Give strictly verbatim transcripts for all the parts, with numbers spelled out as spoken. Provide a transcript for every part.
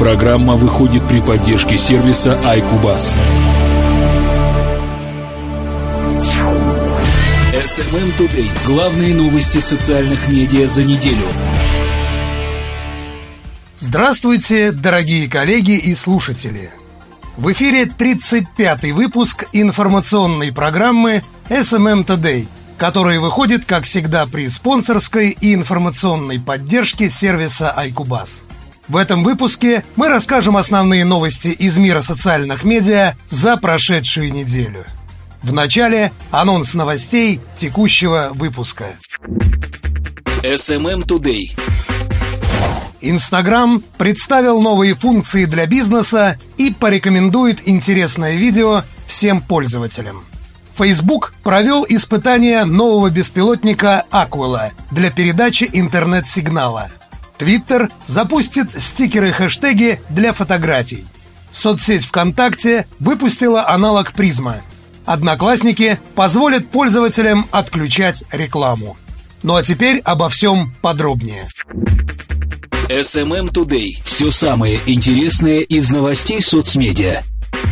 Программа выходит при поддержке сервиса iCubus. эс эм эм Today. Главные новости социальных медиа за неделю. Здравствуйте, дорогие коллеги и слушатели! В эфире тридцать пятый выпуск информационной программы эс эм эм Today, которая выходит, как всегда, при спонсорской и информационной поддержке сервиса iCubus. В этом выпуске мы расскажем основные новости из мира социальных медиа за прошедшую неделю. В начале анонс новостей текущего выпуска. эс эм эм Today. Инстаграм представил новые функции для бизнеса и порекомендует интересное видео всем пользователям. Facebook провел испытание нового беспилотника Aquila для передачи интернет-сигнала. Twitter запустит стикеры-хэштеги для фотографий. Соцсеть ВКонтакте выпустила аналог Призма. Одноклассники позволят пользователям отключать рекламу. Ну а теперь обо всем подробнее. эс эм эм Today. Все самое интересное из новостей соцмедиа.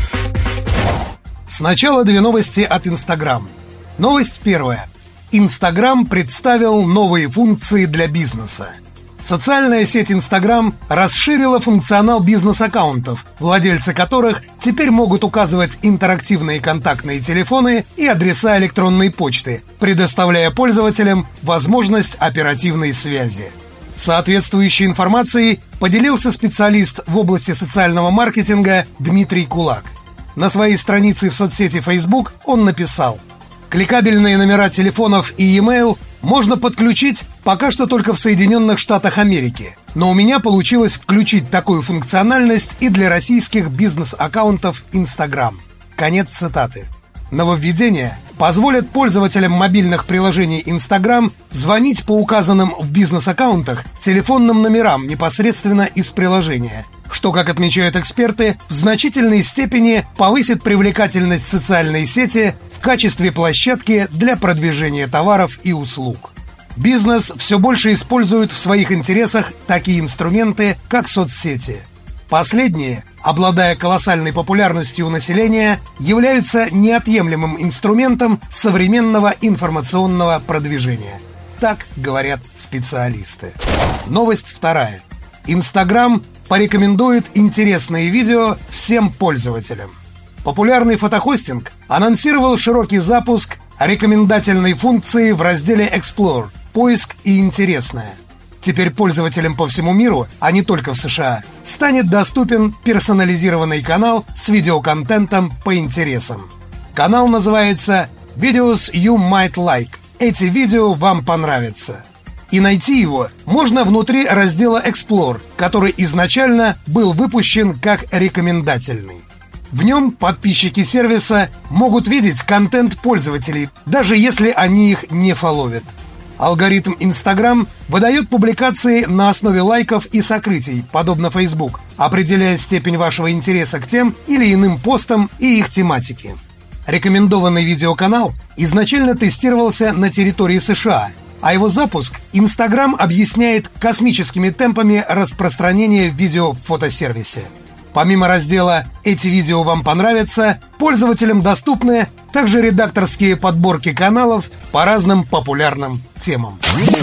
Сначала две новости от Instagram. Новость первая. Instagram представил новые функции для бизнеса. Социальная сеть Instagram расширила функционал бизнес-аккаунтов, владельцы которых теперь могут указывать интерактивные контактные телефоны и адреса электронной почты, предоставляя пользователям возможность оперативной связи. Соответствующей информацией поделился специалист в области социального маркетинга Дмитрий Кулак. На своей странице в соцсети Facebook он написал: «Кликабельные номера телефонов и e-mail можно подключить пока что только в Соединенных Штатах Америки, но у меня получилось включить такую функциональность и для российских бизнес-аккаунтов Instagram». Конец цитаты. Нововведения позволят пользователям мобильных приложений Instagram звонить по указанным в бизнес-аккаунтах телефонным номерам непосредственно из приложения, что, как отмечают эксперты, в значительной степени повысит привлекательность социальной сети в качестве площадки для продвижения товаров и услуг. Бизнес все больше использует в своих интересах такие инструменты, как соцсети. Последние, обладая колоссальной популярностью у населения, являются неотъемлемым инструментом современного информационного продвижения. Так говорят специалисты. Новость вторая. Instagram порекомендует интересные видео всем пользователям. Популярный фотохостинг анонсировал широкий запуск рекомендательной функции в разделе Explore – поиск и интересное. Теперь пользователям по всему миру, а не только в США, станет доступен персонализированный канал с видеоконтентом по интересам. Канал называется Videos You Might Like. Эти видео вам понравятся. И найти его можно внутри раздела Explore, который изначально был выпущен как рекомендательный. В нем подписчики сервиса могут видеть контент пользователей, даже если они их не фолловят. Алгоритм Instagram выдает публикации на основе лайков и сокрытий, подобно Facebook, определяя степень вашего интереса к тем или иным постам и их тематике. Рекомендованный видеоканал изначально тестировался на территории США, а его запуск Instagram объясняет космическими темпами распространения видео в фотосервисе. Помимо раздела «Эти видео вам понравятся», пользователям доступны также редакторские подборки каналов по разным популярным темам.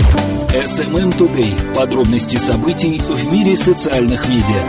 эс эм эм Today. Подробности событий в мире социальных медиа.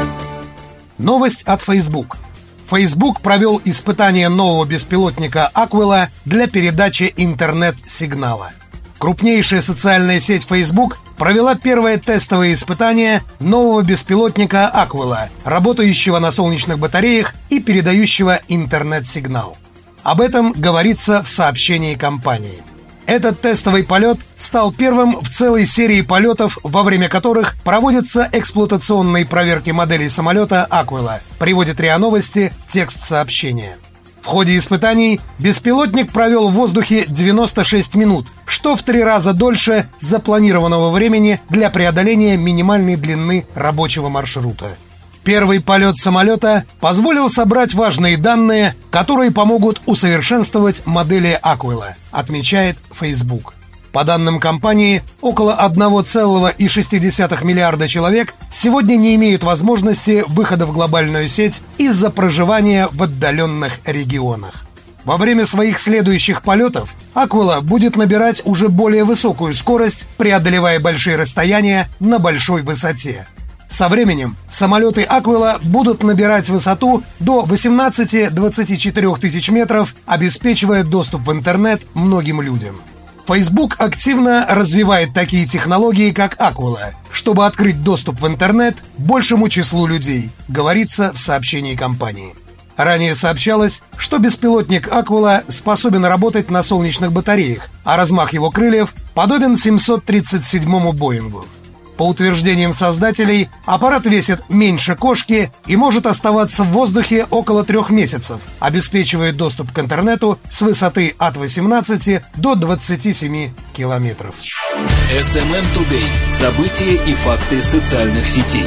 Новость от Facebook. Facebook провел испытание нового беспилотника Aquila для передачи интернет-сигнала. Крупнейшая социальная сеть Facebook провела первое тестовое испытание нового беспилотника Aquila, работающего на солнечных батареях и передающего интернет-сигнал. Об этом говорится в сообщении компании. Этот тестовый полет стал первым в целой серии полетов, во время которых проводятся эксплуатационные проверки моделей самолета Aquila, приводит РИА Новости текст сообщения. В ходе испытаний беспилотник провел в воздухе девяносто шесть минут, что в три раза дольше запланированного времени для преодоления минимальной длины рабочего маршрута. Первый полет самолета позволил собрать важные данные, которые помогут усовершенствовать модели Aquila, отмечает Facebook. По данным компании, около одна целая шесть десятых миллиарда человек сегодня не имеют возможности выхода в глобальную сеть из-за проживания в отдаленных регионах. Во время своих следующих полетов Aquila будет набирать уже более высокую скорость, преодолевая большие расстояния на большой высоте. Со временем самолеты Aquila будут набирать высоту до восемнадцати-двадцати четырёх тысяч метров, обеспечивая доступ в интернет многим людям. Facebook активно развивает такие технологии, как Aquila, чтобы открыть доступ в интернет большему числу людей, говорится в сообщении компании. Ранее сообщалось, что беспилотник Aquila способен работать на солнечных батареях, а размах его крыльев подобен семьсот тридцать седьмому Боингу. По утверждениям создателей, аппарат весит меньше кошки и может оставаться в воздухе около трех месяцев, обеспечивая доступ к интернету с высоты от восемнадцати до двадцати семи километров. эс эм эм Today. События и факты социальных сетей.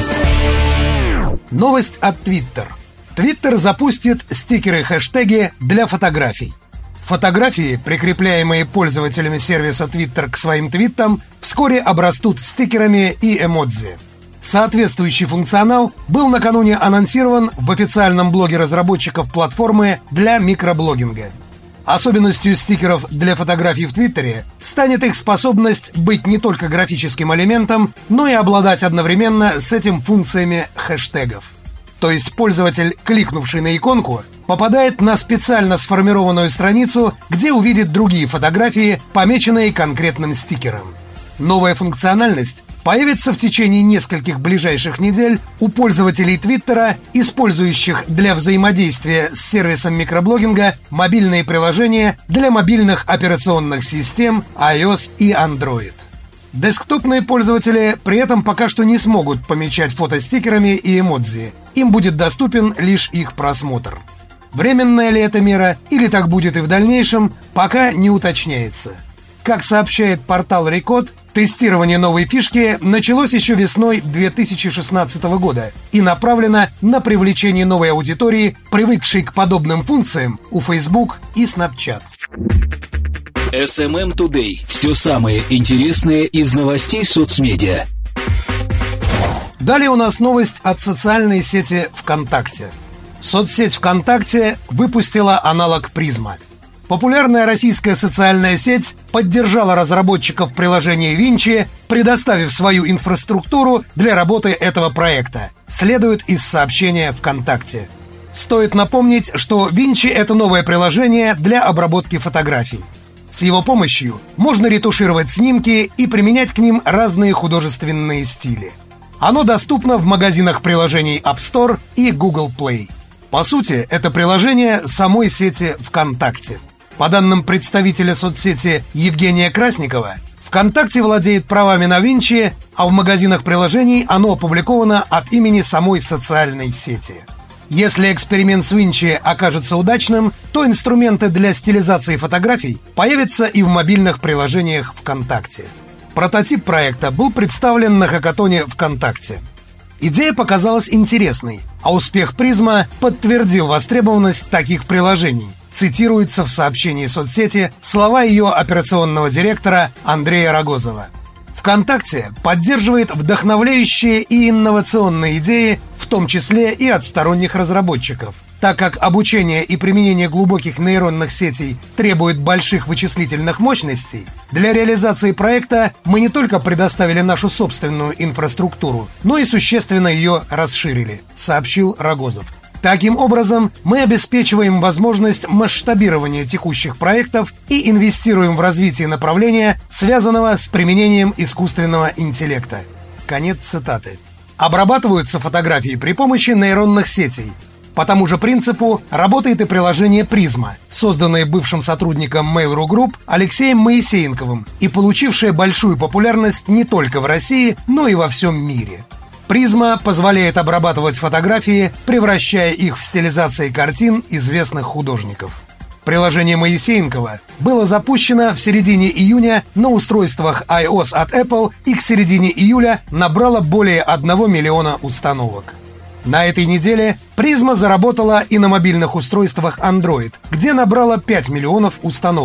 Новость от Twitter. Twitter запустит стикеры-хэштеги для фотографий. Фотографии, прикрепляемые пользователями сервиса Twitter к своим твитам, вскоре обрастут стикерами и эмодзи. Соответствующий функционал был накануне анонсирован в официальном блоге разработчиков платформы для микроблогинга. Особенностью стикеров для фотографий в Твиттере станет их способность быть не только графическим элементом, но и обладать одновременно с этим функциями хэштегов. То есть пользователь, кликнувший на иконку, попадает на специально сформированную страницу, где увидит другие фотографии, помеченные конкретным стикером. Новая функциональность появится в течение нескольких ближайших недель у пользователей Твиттера, использующих для взаимодействия с сервисом микроблогинга мобильные приложения для мобильных операционных систем iOS и Android. Десктопные пользователи при этом пока что не смогут помечать фото стикерами и эмодзи. Им будет доступен лишь их просмотр. Временная ли эта мера или так будет и в дальнейшем, пока не уточняется. Как сообщает портал Recode, тестирование новой фишки началось еще весной две тысячи шестнадцатого года и направлено на привлечение новой аудитории, привыкшей к подобным функциям у Facebook и Snapchat. эс эм эм Today. Все самое интересное из новостей соцмедиа. Далее у нас новость от социальной сети ВКонтакте. Соцсеть ВКонтакте выпустила аналог Призма. Популярная российская социальная сеть поддержала разработчиков приложения Винчи, предоставив свою инфраструктуру для работы этого проекта, следует из сообщения ВКонтакте. Стоит напомнить, что Винчи — это новое приложение для обработки фотографий. С его помощью можно ретушировать снимки и применять к ним разные художественные стили. Оно доступно в магазинах приложений App Store и Google Play. По сути, это приложение самой сети ВКонтакте. По данным представителя соцсети Евгения Красникова, ВКонтакте владеет правами на Винчи, а в магазинах приложений оно опубликовано от имени самой социальной сети. Если эксперимент с Винчи окажется удачным, то инструменты для стилизации фотографий появятся и в мобильных приложениях ВКонтакте. Прототип проекта был представлен на хакатоне ВКонтакте. Идея показалась интересной, а успех Призма подтвердил востребованность таких приложений. Цитируется в сообщении соцсети слова ее операционного директора Андрея Рогозова. ВКонтакте поддерживает вдохновляющие и инновационные идеи, в том числе и от сторонних разработчиков. Так как обучение и применение глубоких нейронных сетей требует больших вычислительных мощностей, для реализации проекта мы не только предоставили нашу собственную инфраструктуру, но и существенно ее расширили, сообщил Рогозов. Таким образом, мы обеспечиваем возможность масштабирования текущих проектов и инвестируем в развитие направления, связанного с применением искусственного интеллекта. Конец цитаты. Обрабатываются фотографии при помощи нейронных сетей. По тому же принципу работает и приложение Призма, созданное бывшим сотрудником Mail.ru Group Алексеем Моисеенковым и получившее большую популярность не только в России, но и во всем мире. Призма позволяет обрабатывать фотографии, превращая их в стилизации картин известных художников. Приложение Моисеенкова было запущено в середине июня на устройствах iOS от Apple и к середине июля набрало более одного миллиона установок. На этой неделе Призма заработала и на мобильных устройствах Android, где набрала пять миллионов установок,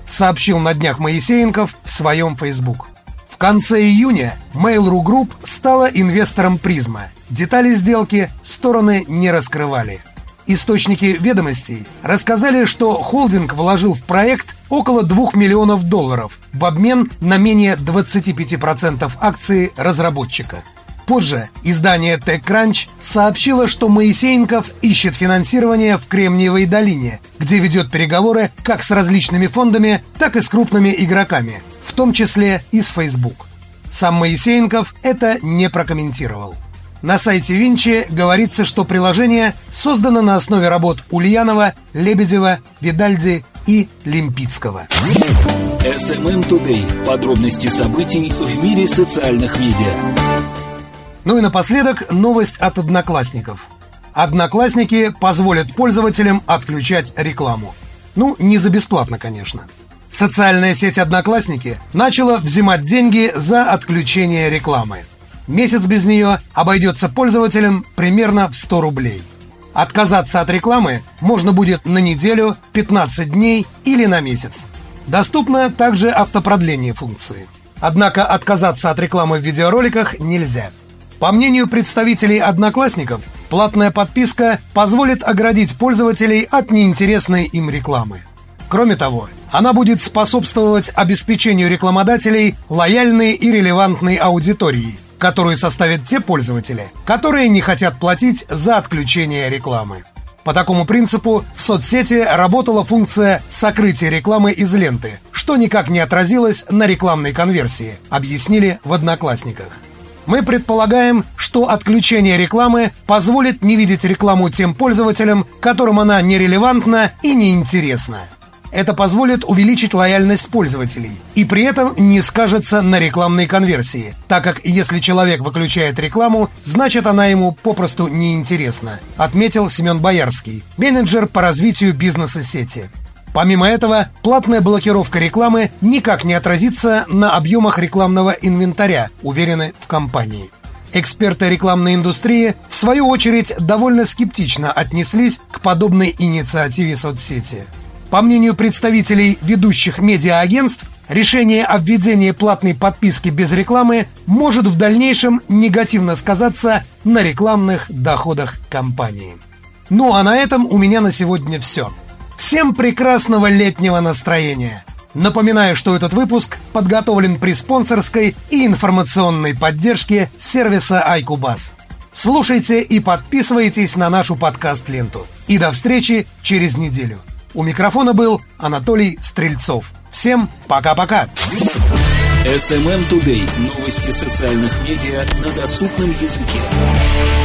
сообщил на днях Моисеенков в своем Facebook. В конце июня Mail.ru Group стала инвестором Призма. Детали сделки стороны не раскрывали. Источники «Ведомостей» рассказали, что холдинг вложил в проект около двух миллионов долларов в обмен на менее двадцать пять процентов акций разработчика. Позже издание TechCrunch сообщило, что Моисеенков ищет финансирование в Кремниевой долине, где ведет переговоры как с различными фондами, так и с крупными игроками, в том числе и с Facebook. Сам Моисеенков это не прокомментировал. На сайте Винчи говорится, что приложение создано на основе работ Ульянова, Лебедева, Видальди и Лимпицкого. эс эм эм Today. Подробности событий в мире социальных медиа. Ну и напоследок новость от Одноклассников. Одноклассники позволят пользователям отключать рекламу. Ну, не за бесплатно, конечно. Социальная сеть Одноклассники начала взимать деньги за отключение рекламы. Месяц без нее обойдется пользователям примерно в сто рублей. Отказаться от рекламы можно будет на неделю, пятнадцать дней или на месяц. Доступно также автопродление функции. Однако отказаться от рекламы в видеороликах нельзя. По мнению представителей Одноклассников, платная подписка позволит оградить пользователей от неинтересной им рекламы. Кроме того, она будет способствовать обеспечению рекламодателей лояльной и релевантной аудиторией, которую составят те пользователи, которые не хотят платить за отключение рекламы. По такому принципу в соцсети работала функция сокрытия рекламы из ленты, что никак не отразилось на рекламной конверсии, объяснили в Одноклассниках. Мы предполагаем, что отключение рекламы позволит не видеть рекламу тем пользователям, которым она нерелевантна и неинтересна. Это позволит увеличить лояльность пользователей и при этом не скажется на рекламной конверсии, так как если человек выключает рекламу, значит она ему попросту неинтересна, отметил Семен Боярский, менеджер по развитию бизнеса сети. Помимо этого, платная блокировка рекламы никак не отразится на объемах рекламного инвентаря, уверены в компании. Эксперты рекламной индустрии, в свою очередь, довольно скептично отнеслись к подобной инициативе соцсети. По мнению представителей ведущих медиаагентств, решение о введении платной подписки без рекламы может в дальнейшем негативно сказаться на рекламных доходах компании. Ну а на этом у меня на сегодня все. Всем прекрасного летнего настроения! Напоминаю, что этот выпуск подготовлен при спонсорской и информационной поддержке сервиса iCubus. Слушайте и подписывайтесь на нашу подкаст-ленту. И до встречи через неделю. У микрофона был Анатолий Стрельцов. Всем пока-пока! эс эм эм Today. Новости социальных медиа на доступном языке.